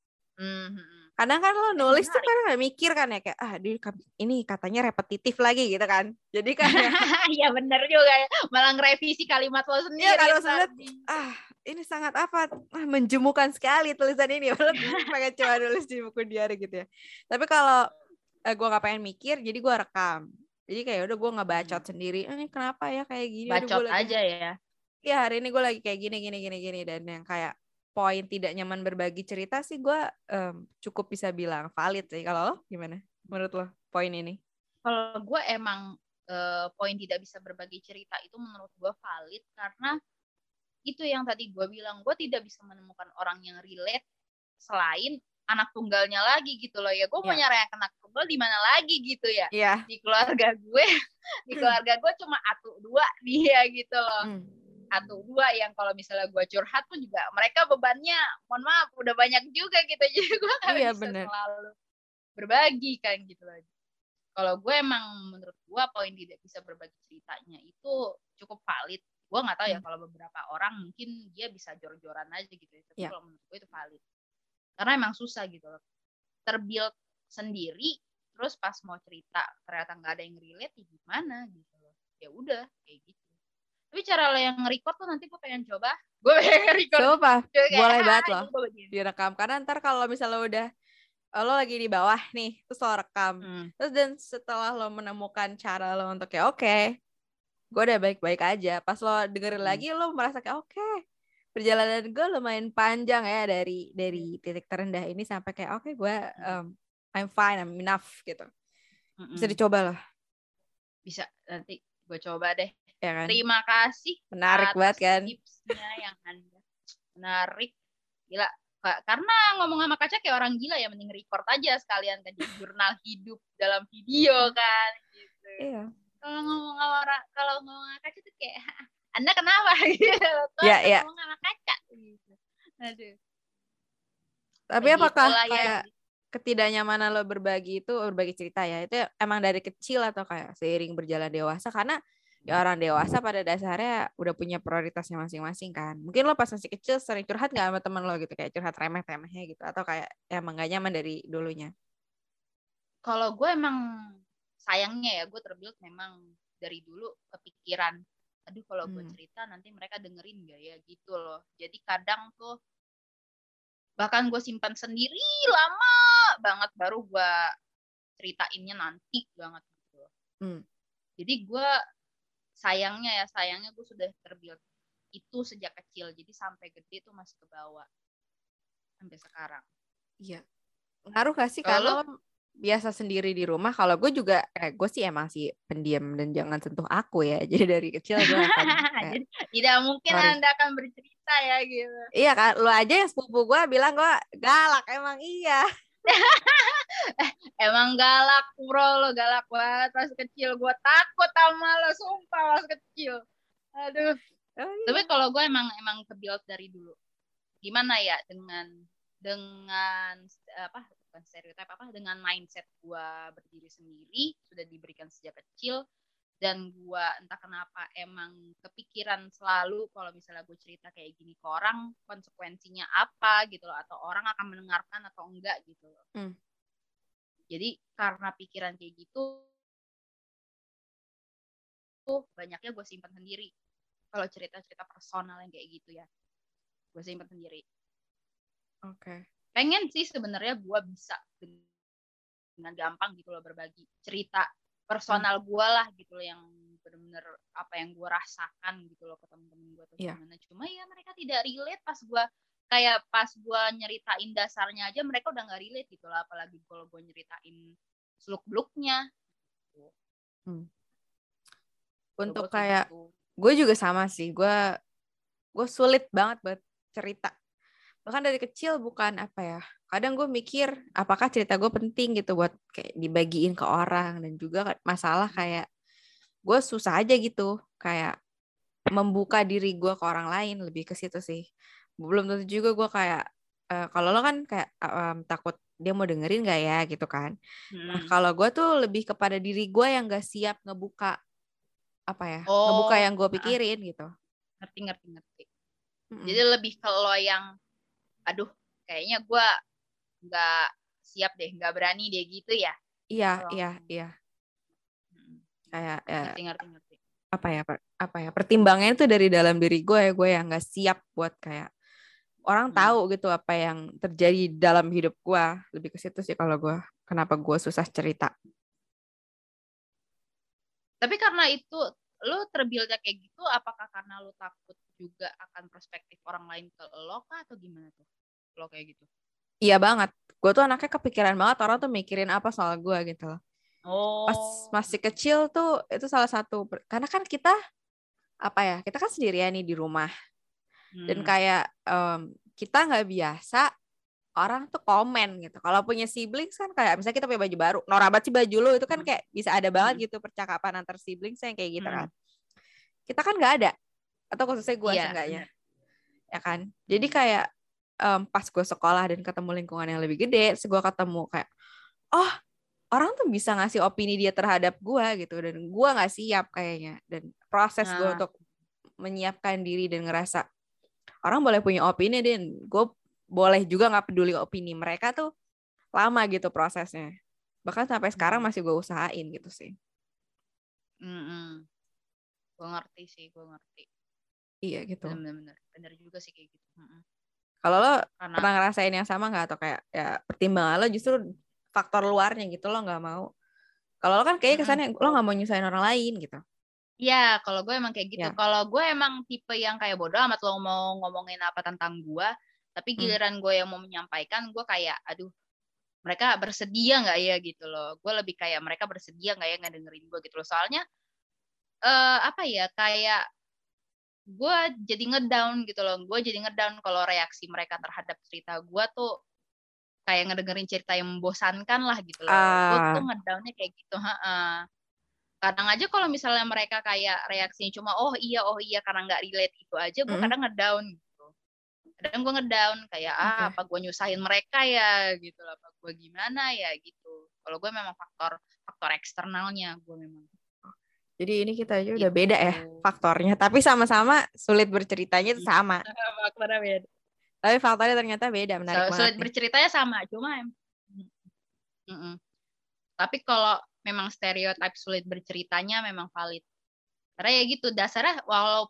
Kadang kan lo nulis tuh kan gak mikir kan ya kayak ini katanya repetitif lagi gitu kan, jadi kayak ya bener juga ya, malah ngerevisi kalimat lo sendiri. Iya, kalau ini sangat menjemukan sekali tulisan ini, walaupun pengen coba nulis di buku diary gitu ya. Tapi kalau gue nggak pengen mikir, jadi gue rekam. Jadi kayak udah gue ngebacot sendiri. Ini kenapa ya kayak gini? Bacot aja ya. Iya, hari ini gue lagi kayak gini dan yang kayak poin tidak nyaman berbagi cerita sih gue cukup bisa bilang valid sih. Kalau lo gimana? Menurut lo poin ini? Kalau gue emang poin tidak bisa berbagi cerita itu menurut gue valid karena itu yang tadi gue bilang, gue tidak bisa menemukan orang yang relate selain anak tunggalnya lagi gitu loh ya. Gue mau nyari anak tunggal di mana lagi gitu ya. Di keluarga gue cuma atu 2 dia gitu loh. Atu 2 yang kalau misalnya gue curhat pun juga mereka bebannya mohon maaf udah banyak juga gitu, jadi gue gak bisa selalu berbagi kan gitu loh. Kalau gue emang menurut gue poin tidak bisa berbagi ceritanya itu cukup valid. Gue nggak tahu ya kalau beberapa orang mungkin dia bisa jor-joran aja gitu ya. Tapi kalau menurut gue itu valid. Karena emang susah gitu loh. Terbuild sendiri, terus pas mau cerita ternyata nggak ada yang relate, ya gimana gitu loh. Ya udah kayak gitu. Tapi cara lo yang nge-record tuh nanti gue pengen coba. Gue pengen nge-record. Coba, boleh banget loh direkam. Karena ntar kalau misalnya udah lo lagi di bawah nih, terus lo rekam. Terus dan setelah lo menemukan cara lo untuk kayak oke, gue udah baik-baik aja. Pas lo dengerin lagi, lo merasa kayak oke, perjalanan gue lumayan panjang ya dari titik terendah ini sampai kayak oke, gue I'm fine, I'm enough gitu. Bisa dicoba loh. Bisa, nanti gue coba deh. Ya kan? Terima kasih. Menarik banget kan? Tipsnya yang Anda. Menarik. Gila. Karena ngomong sama Kaca kayak orang gila ya, mending record aja sekalian kan jadi jurnal hidup dalam video kan gitu. Iya. Kalau ngomong sama Kaca tuh kayak Anda kenapa gitu. Iya. Ngomong sama Kaca gitu. Aduh. Tapi apakah kayak ketidaknyamanan lo berbagi cerita ya, itu emang dari kecil atau kayak seiring berjalan dewasa? Karena ya orang dewasa pada dasarnya udah punya prioritasnya masing-masing kan. Mungkin lo pas masih kecil sering curhat gak sama temen lo gitu, kayak curhat remeh-temehnya gitu, atau kayak emang gak nyaman dari dulunya? Kalau gue emang sayangnya ya, gue terbuild memang dari dulu kepikiran, aduh kalau gue cerita nanti mereka dengerin gak ya gitu loh. Jadi kadang tuh bahkan gue simpan sendiri lama banget baru gue ceritainnya nanti banget gitu loh. Jadi gue sayangnya gue sudah terbuild itu sejak kecil, jadi sampai gede tuh masih ke bawah sampai sekarang. Iya. Ngaruh gak sih kalau biasa sendiri di rumah? Kalau gue juga gue sih emang sih pendiam dan jangan sentuh aku ya. Jadi dari kecil gue akan tidak mungkin Anda akan bercerita ya gitu. Iya kan, lo aja yang sepupu gue bilang gue galak, emang iya. Emang galak bro, lo galak banget pas kecil. Gue takut sama lo, sumpah pas kecil. Aduh. Tapi kalau gue emang kebuild dari dulu. Gimana ya dengan apa bukan stereotip apa, dengan mindset gue berdiri sendiri sudah diberikan sejak kecil, dan gue entah kenapa emang kepikiran selalu kalau misalnya gue cerita kayak gini ke orang konsekuensinya apa gitu loh, atau orang akan mendengarkan atau enggak gitu loh. Jadi karena pikiran kayak gitu banyaknya gue simpan sendiri. Kalau cerita-cerita personal yang kayak gitu ya gue simpan sendiri. Oke. Pengen sih sebenarnya gue bisa dengan gampang gitu loh berbagi cerita personal gue lah gitu loh, yang benar-benar apa yang gue rasakan gitu loh ke temen-temen gue atau gimana. Cuma ya mereka tidak relate pas gue nyeritain dasarnya aja mereka udah nggak relate gitu loh, apalagi kalau gue nyeritain seluk-beluknya. Untuk kayak gue juga sama sih, gue sulit banget buat cerita. bahkan dari kecil bukan apa ya, kadang gue mikir apakah cerita gue penting gitu buat kayak dibagiin ke orang, dan juga masalah kayak gue susah aja gitu kayak membuka diri gue ke orang lain, lebih ke situ sih. Belum tentu juga gue kayak kalau lo kan kayak takut dia mau dengerin gak ya gitu kan. Nah kalau gue tuh lebih kepada diri gue yang gak siap ngebuka apa ya, ngebuka yang gue pikirin gitu. Ngerti. Jadi lebih ke lo yang aduh kayaknya gue nggak siap deh, nggak berani deh gitu ya. Iya. Kayak ngerti. Apa ya pertimbangannya tuh dari dalam diri gue yang nggak siap buat kayak orang tahu gitu apa yang terjadi dalam hidup gue. Lebih ke situ sih kalau gue, kenapa gue susah cerita. Tapi karena itu lo terbiasa kayak gitu, apakah karena lo takut juga akan perspektif orang lain ke lo kah, atau gimana tuh lo kayak gitu? Iya banget, gue tuh anaknya kepikiran banget orang tuh mikirin apa soal gue gitu loh. Pas masih kecil tuh itu salah satu, karena kan kita apa ya, kita kan sendirian nih di rumah, dan kayak kita nggak biasa orang tuh komen gitu. Kalau punya siblings kan kayak misalnya kita punya baju baru, norak banget sih baju lo, itu kan kayak bisa ada banget gitu percakapan antar siblings yang kayak gitu kan. Kita kan nggak ada, atau khususnya gue seenggaknya, ya kan. Jadi kayak pas gue sekolah dan ketemu lingkungan yang lebih gede, gue ketemu kayak oh orang tuh bisa ngasih opini dia terhadap gue gitu, dan gue nggak siap kayaknya. Dan proses gue untuk menyiapkan diri dan ngerasa orang boleh punya opini dan gue boleh juga nggak peduli opini mereka tuh lama gitu prosesnya. Bahkan sampai sekarang masih gue usahain gitu sih. Gue ngerti. Iya gitu. Bener juga sih kayak gitu. Kalau lo pernah ngerasain yang sama nggak, atau kayak ya pertimbangan lo justru faktor luarnya gitu, lo nggak mau. Kalau lo kan kayaknya kesannya lo nggak mau nyusahin orang lain gitu. Ya, kalau gue emang kayak gitu. Kalau gue emang tipe yang kayak bodoh amat lo mau ngomongin apa tentang gue, tapi giliran gue yang mau menyampaikan, gue kayak, aduh, mereka bersedia nggak ya gitu loh. Gue lebih kayak mereka bersedia nggak ya ngedengerin gue gitu loh. Soalnya apa ya, kayak gue jadi ngedown gitu loh. Gue jadi ngedown kalau reaksi mereka terhadap cerita gue tuh kayak ngedengerin cerita yang membosankan lah gitu loh. Gue tuh ngedownnya kayak gitu. Kadang aja kalau misalnya mereka kayak reaksinya cuma oh iya karena nggak relate itu aja, gue kadang ngedown gitu. Kadang gue ngedown kayak apa gue nyusahin mereka ya gitu loh, apa gue gimana ya gitu. Kalau gue memang faktor eksternalnya gue memang. Jadi ini kita aja udah beda ya faktornya, tapi sama-sama sulit berceritanya itu sama. Faktornya beda. Tapi faktornya ternyata beda, menarik banget. Sulit berceritanya sama, cuma tapi kalau memang stereotip sulit berceritanya memang valid. Karena ya gitu, dasarnya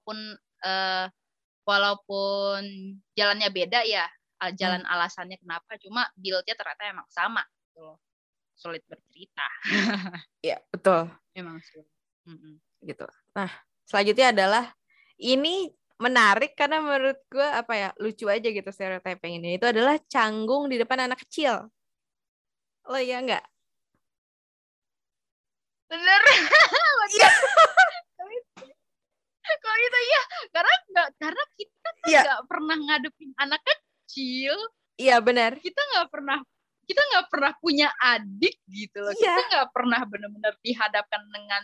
walaupun jalannya beda ya, jalan alasannya kenapa, cuma build-nya ternyata emang sama. Gitu. Sulit bercerita. Iya, betul. Memang sulit. Gitu. Nah, selanjutnya adalah ini menarik karena menurut gue apa ya, lucu aja gitu stereotip yang ini. Itu adalah canggung di depan anak kecil. Lo ya enggak? Bener. Kalau gitu ya, karena kita kan nggak pernah ngadepin anak kecil. Iya benar. Kita nggak pernah punya adik gitu loh. Kita nggak pernah benar-benar dihadapkan dengan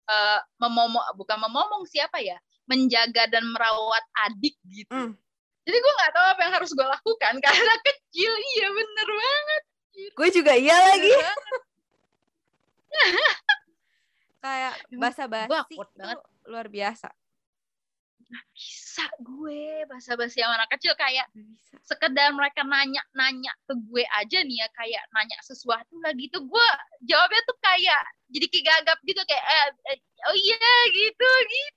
bukan siapa ya, menjaga dan merawat adik gitu. Jadi gue nggak tahu apa yang harus gue lakukan karena kecil. Iya bener banget. Gue juga iya lagi. Kayak basa-basi itu luar biasa. Nggak bisa gue basa-basi sama anak kecil, kayak sekedar mereka nanya ke gue aja nih ya, kayak nanya sesuatu lah gitu, gue jawabnya tuh kayak jadi kegagap gitu, kayak oh iya gitu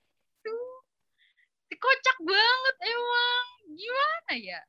kocak banget emang. Gimana ya,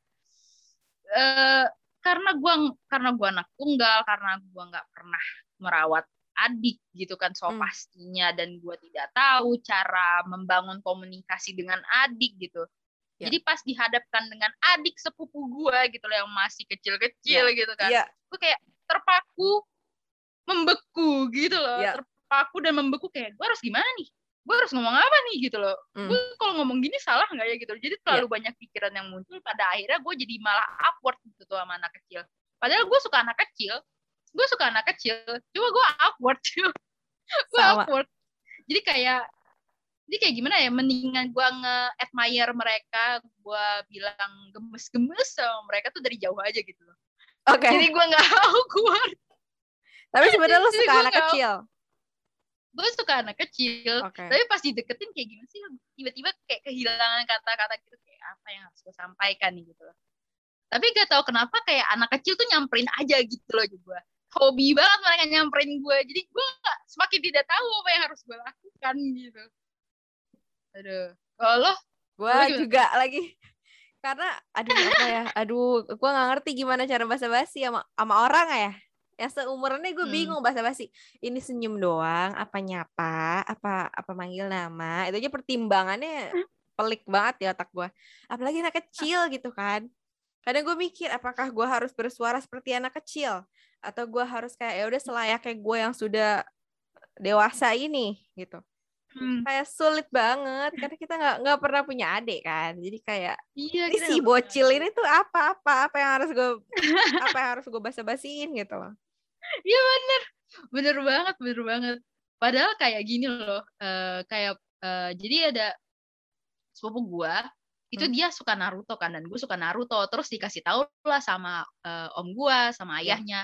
karena gue anak tunggal, karena gue nggak pernah merawat adik gitu kan, so pastinya, dan gue tidak tahu cara membangun komunikasi dengan adik gitu. Jadi pas dihadapkan dengan adik sepupu gue gitu loh, yang masih kecil-kecil gitu kan, gue kayak terpaku, membeku gitu loh, terpaku dan membeku, kayak gue harus gimana nih? gue harus ngomong apa nih gitu loh. Gue kalau ngomong gini salah nggak ya gitu. Jadi terlalu banyak pikiran yang muncul. Pada akhirnya gue jadi malah awkward gitu tuh sama anak kecil. Padahal gue suka anak kecil. Cuma gue awkward. Gue awkward. Jadi kayak gimana ya, mendingan gue nge-admire mereka, gue bilang gemes-gemes sama mereka tuh dari jauh aja gitu loh. Jadi gue nggak awkward. Tapi sebenarnya lo suka anak kecil? Gue suka anak kecil, tapi pas dideketin kayak gimana sih, tiba-tiba kayak kehilangan kata-kata gitu, kayak apa yang harus gue sampaikan nih gitu loh. Tapi gak tahu kenapa kayak anak kecil tuh nyamperin aja gitu loh juga. Hobi banget mereka nyamperin gue, jadi gue semakin tidak tahu apa yang harus gue lakukan gitu. Aduh, kalau lo? Gue juga lagi, karena gue nggak ngerti gimana cara basa-basi sama orang ya. Yang seumurannya gue bingung basa-basi. Ini senyum doang, apa nyapa, apa manggil nama. Itu aja pertimbangannya pelik banget di otak gue. Apalagi anak kecil gitu kan. Kadang gue mikir apakah gue harus bersuara seperti anak kecil atau gue harus kayak ya udah selayaknya gue yang sudah dewasa ini gitu. Kayak sulit banget karena kita nggak pernah punya adik kan. Jadi kayak ini si bocil ini tuh apa yang harus gue basa-basiin gitu loh. Iya bener banget. Padahal kayak gini loh, jadi ada sepupu gue, itu dia suka Naruto kan, dan gue suka Naruto, terus dikasih tahu lah sama om gue, sama ayahnya,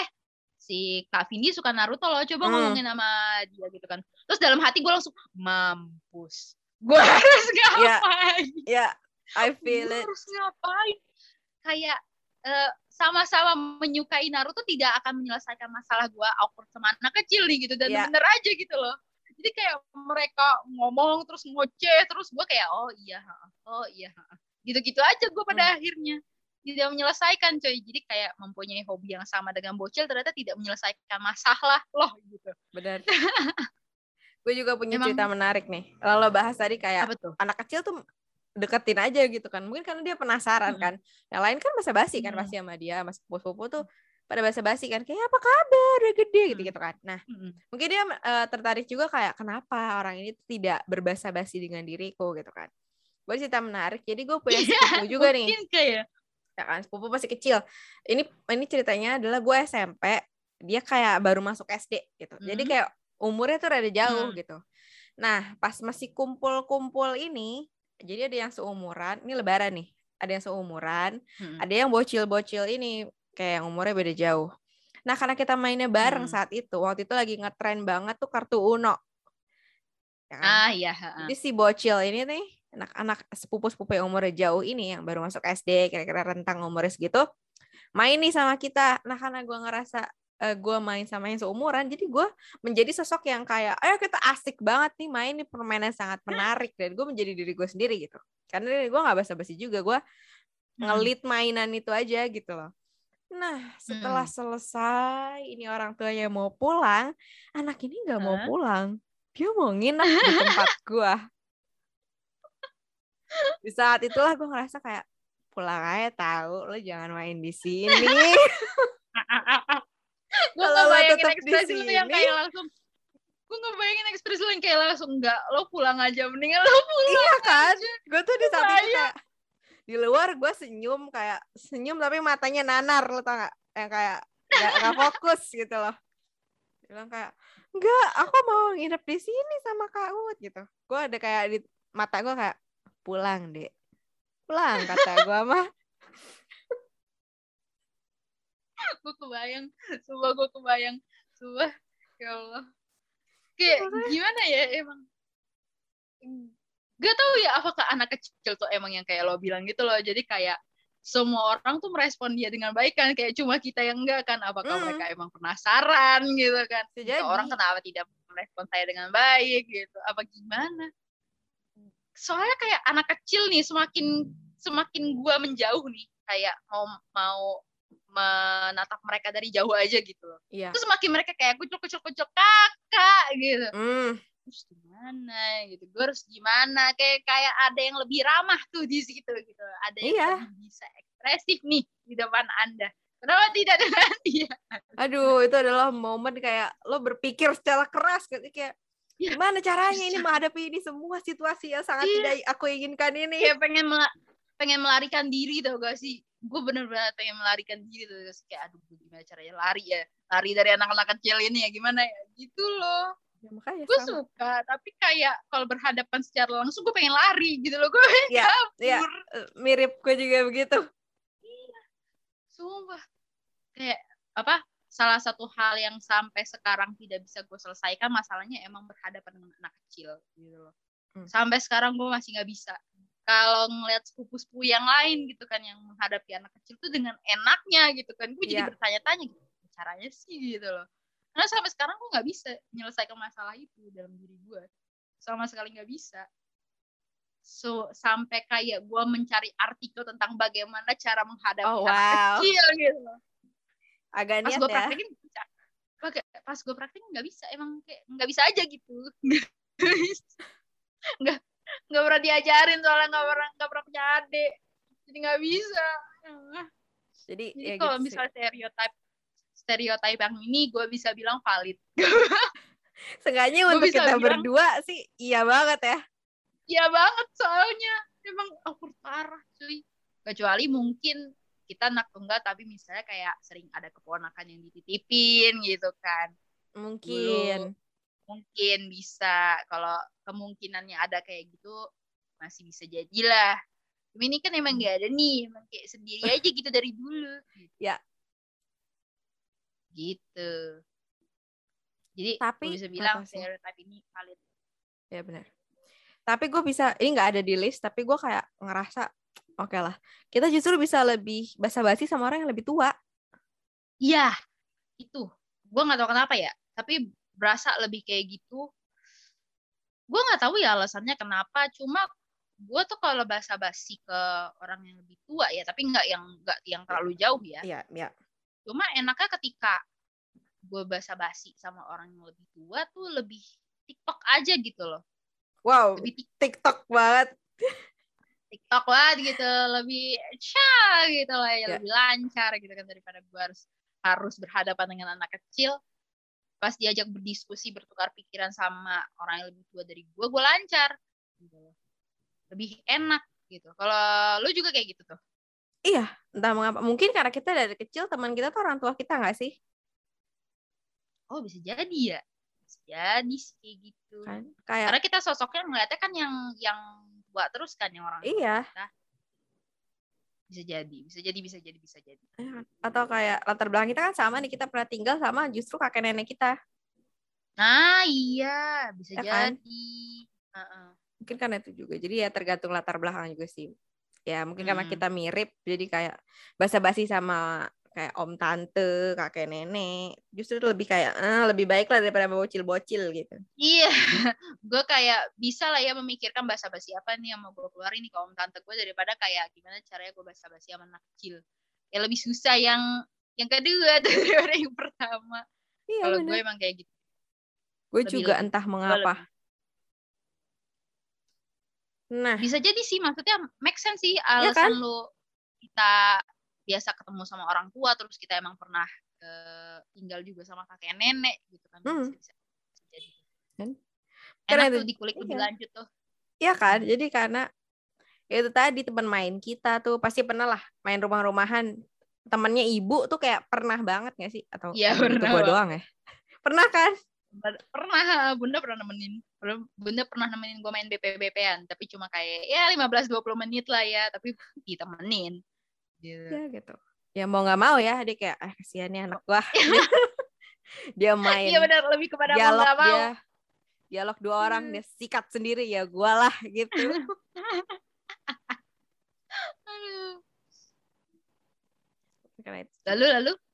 si Kak Vindi suka Naruto loh, coba ngomongin sama dia gitu kan. Terus dalam hati gue langsung, mampus, gue harus ngapain? Ya, I feel it. Harus ngapain? Kayak sama-sama menyukai Naruto tidak akan menyelesaikan masalah gue awkward sama anak kecil nih gitu, dan bener aja gitu loh. Jadi kayak mereka ngomong terus ngoceh, terus gue kayak oh iya gitu-gitu aja gue pada akhirnya tidak menyelesaikan coy. Jadi kayak mempunyai hobi yang sama dengan bocil ternyata tidak menyelesaikan masalah loh gitu. Benar. Gue juga punya cerita menarik nih. Kalau lo bahas tadi kayak anak kecil tuh deketin aja gitu kan, mungkin karena dia penasaran kan. Yang lain kan basa-basi kan pasti sama dia, mas sepupu tuh pada basa-basi kan, kayak apa kabar udah gede gitu kan. Nah mungkin dia tertarik juga kayak kenapa orang ini tidak berbasa-basi dengan diriku gitu kan. Gue cerita menarik, jadi gue punya sepupu juga nih kayak ya kan, sepupu masih kecil. Ini ceritanya adalah gue SMP, dia kayak baru masuk SD gitu. Jadi kayak umurnya tuh rada jauh gitu. Nah pas masih kumpul-kumpul ini, jadi ada yang seumuran, ini lebaran nih, ada yang seumuran, ada yang bocil-bocil ini, kayak yang umurnya beda jauh. Nah karena kita mainnya bareng saat itu, waktu itu lagi ngetren banget tuh kartu Uno. Ya kan? Iya. Jadi si bocil ini nih, anak-anak sepupu-sepupu yang umurnya jauh ini, yang baru masuk SD, kira-kira rentang umurnya segitu, main nih sama kita. Nah karena gue ngerasa gue main sama yang seumuran, jadi gue menjadi sosok yang kayak ayo kita asik banget nih main nih, permainan sangat menarik, dan gue menjadi diri gue sendiri gitu, karena gue nggak basa-basi juga, gue ngelit mainan itu aja gitu loh. Nah setelah selesai ini orang tuanya mau pulang, anak ini nggak mau pulang, dia mau nginep di tempat gue. Di saat itulah gue ngerasa kayak pulang aja, tahu lo jangan main di sini. Gue ngebayangin ekspresi lu yang kayak langsung, enggak, lo pulang aja, mendingan lo pulang. Iya kan, gue tuh di saat itu kayak di luar gue senyum tapi matanya nanar, lo tau gak, yang kayak gak fokus gitu loh. Bilang kayak enggak, aku mau nginep di sini sama Kak Ut gitu. Gue ada kayak di mata gue kayak pulang deh, pulang kata gue mah. Gue kebayang, ya Allah, kayak gimana ya, emang gak tahu ya apakah anak kecil tuh emang yang kayak lo bilang gitu loh, jadi kayak semua orang tuh merespon dia dengan baik kan, kayak cuma kita yang enggak kan, apakah mereka emang penasaran gitu kan, orang kenapa tidak merespon saya dengan baik gitu, apa gimana. Soalnya kayak anak kecil nih, semakin gue menjauh nih, kayak mau menatap mereka dari jauh aja gitu loh. Iya. Terus semakin mereka kayak kucuk kakak gitu. Terus gimana gitu, gue harus gimana, kayak ada yang lebih ramah tuh di situ gitu, ada yang lebih bisa ekspresif nih di depan Anda, kenapa tidak dengan dia. Aduh, itu adalah momen kayak lo berpikir secara keras kayak Gimana caranya ini menghadapi ini semua situasi yang sangat tidak aku inginkan ini? Kayak pengen melarikan diri tau gak sih? Gue bener-bener pengen melarikan diri tuh. Kayak aduh gimana caranya lari ya. Lari dari anak-anak kecil ini ya gimana ya. Gitu loh. Ya, makanya gue suka, tapi kayak kalau berhadapan secara langsung gue pengen lari gitu loh. Gue pengen kabur. Ya, mirip gue juga begitu. Iya. Sumpah. Kayak apa? Salah satu hal yang sampai sekarang tidak bisa gue selesaikan masalahnya emang berhadapan dengan anak kecil gitu loh. Sampai sekarang gue masih nggak bisa. Kalau ngeliat sepupu-sepupu yang lain gitu kan yang menghadapi anak kecil tuh dengan enaknya gitu kan, gue jadi bertanya-tanya gitu caranya sih gitu loh. Karena sampai sekarang gue nggak bisa menyelesaikan masalah itu dalam diri gue, sama sekali nggak bisa. So sampai kayak gue mencari artikel tentang bagaimana cara menghadapi anak kecil gitu loh. Agak pas niat gue ya. praktekin pas gue praktekin nggak bisa, emang kayak nggak bisa aja gitu. nggak pernah diajarin soalnya nggak pernah punya adik, jadi nggak bisa. Jadi ya kalau gitu misalnya stereotip yang ini gue bisa bilang valid. Seenggaknya untuk kita berdua sih iya banget ya. Iya banget, soalnya emang awkward parah cuy. Kecuali mungkin kita anak tunggal tapi misalnya kayak sering ada keponakan yang dititipin gitu kan. Mungkin bisa, kalau kemungkinannya ada kayak gitu masih bisa jadilah. Tapi ini kan emang gak ada nih, emang kayak sendiri aja gitu dari dulu. Ya. Gitu. Jadi gue bisa bilang stereotype ini valid. Ya benar. Tapi gue bisa, ini gak ada di list, tapi gue kayak ngerasa oke lah, kita justru bisa lebih basa-basi sama orang yang lebih tua. Iya, itu. Gue gak tahu kenapa ya, tapi berasa lebih kayak gitu. Gue gak tahu ya alasannya kenapa, cuma gue tuh kalau basa-basi ke orang yang lebih tua ya, tapi nggak yang terlalu jauh ya. Iya. Cuma enaknya ketika gue basa-basi sama orang yang lebih tua tuh lebih TikTok aja gitu loh. Wow, lebih TikTok banget. TikTok banget gitu, lebih gitu lah ya, lebih lancar gitu kan daripada gue harus berhadapan dengan anak kecil. Pas diajak berdiskusi, bertukar pikiran sama orang yang lebih tua dari gue lancar gitu loh. Lebih enak gitu. Kalau lu juga kayak gitu tuh? Iya, entah mengapa. Mungkin karena kita dari kecil teman kita tuh orang tua kita nggak sih? Oh bisa jadi ya. Bisa jadi sih kayak gitu. Kan? Karena kita sosoknya ngeliatnya kan yang tua terus kan yang orang tua kita. Bisa jadi. Atau kayak latar belakang kita kan sama nih, kita pernah tinggal sama justru kakek nenek kita. Nah iya, bisa ya jadi. Kan? Mungkin karena itu juga. Jadi ya tergantung latar belakang juga sih. Ya mungkin karena kita mirip, jadi kayak basa-basi sama kayak om tante, kakek nenek, justru lebih kayak lebih baik lah daripada bocil-bocil gitu. Iya, gue kayak bisa lah ya memikirkan basa-basi apa nih yang mau gue keluarin nih ke om tante gue daripada kayak gimana caranya gue basa-basi sama anak kecil. Ya lebih susah yang kedua daripada yang pertama. Iya, kalau gue emang kayak gitu. Gue juga entah mengapa. Nah, bisa jadi sih, maksudnya make sense sih alasan lu kita biasa ketemu sama orang tua terus kita emang pernah tinggal juga sama kakek nenek gitu kan. Bisa jadi. Enak tuh dikulik lebih lanjut tuh. Iya kan, jadi karena itu tadi teman main kita tuh pasti pernah lah main rumah-rumahan, temannya ibu tuh kayak pernah banget nggak sih? Atau ya, itu gue doang ya? Pernah kan? Pernah, Bunda pernah nemenin gue main BP-BP-an, tapi cuma kayak ya 15-20 menit lah ya, tapi ditemenin gitu. Ya gitu. Ya mau nggak mau ya, dia kayak kasihan nih anak gue. Dia main. Iya benar, lebih kepada mau nggak mau. Dialog dua orang, dia sikat sendiri ya gue lah gitu. Lalu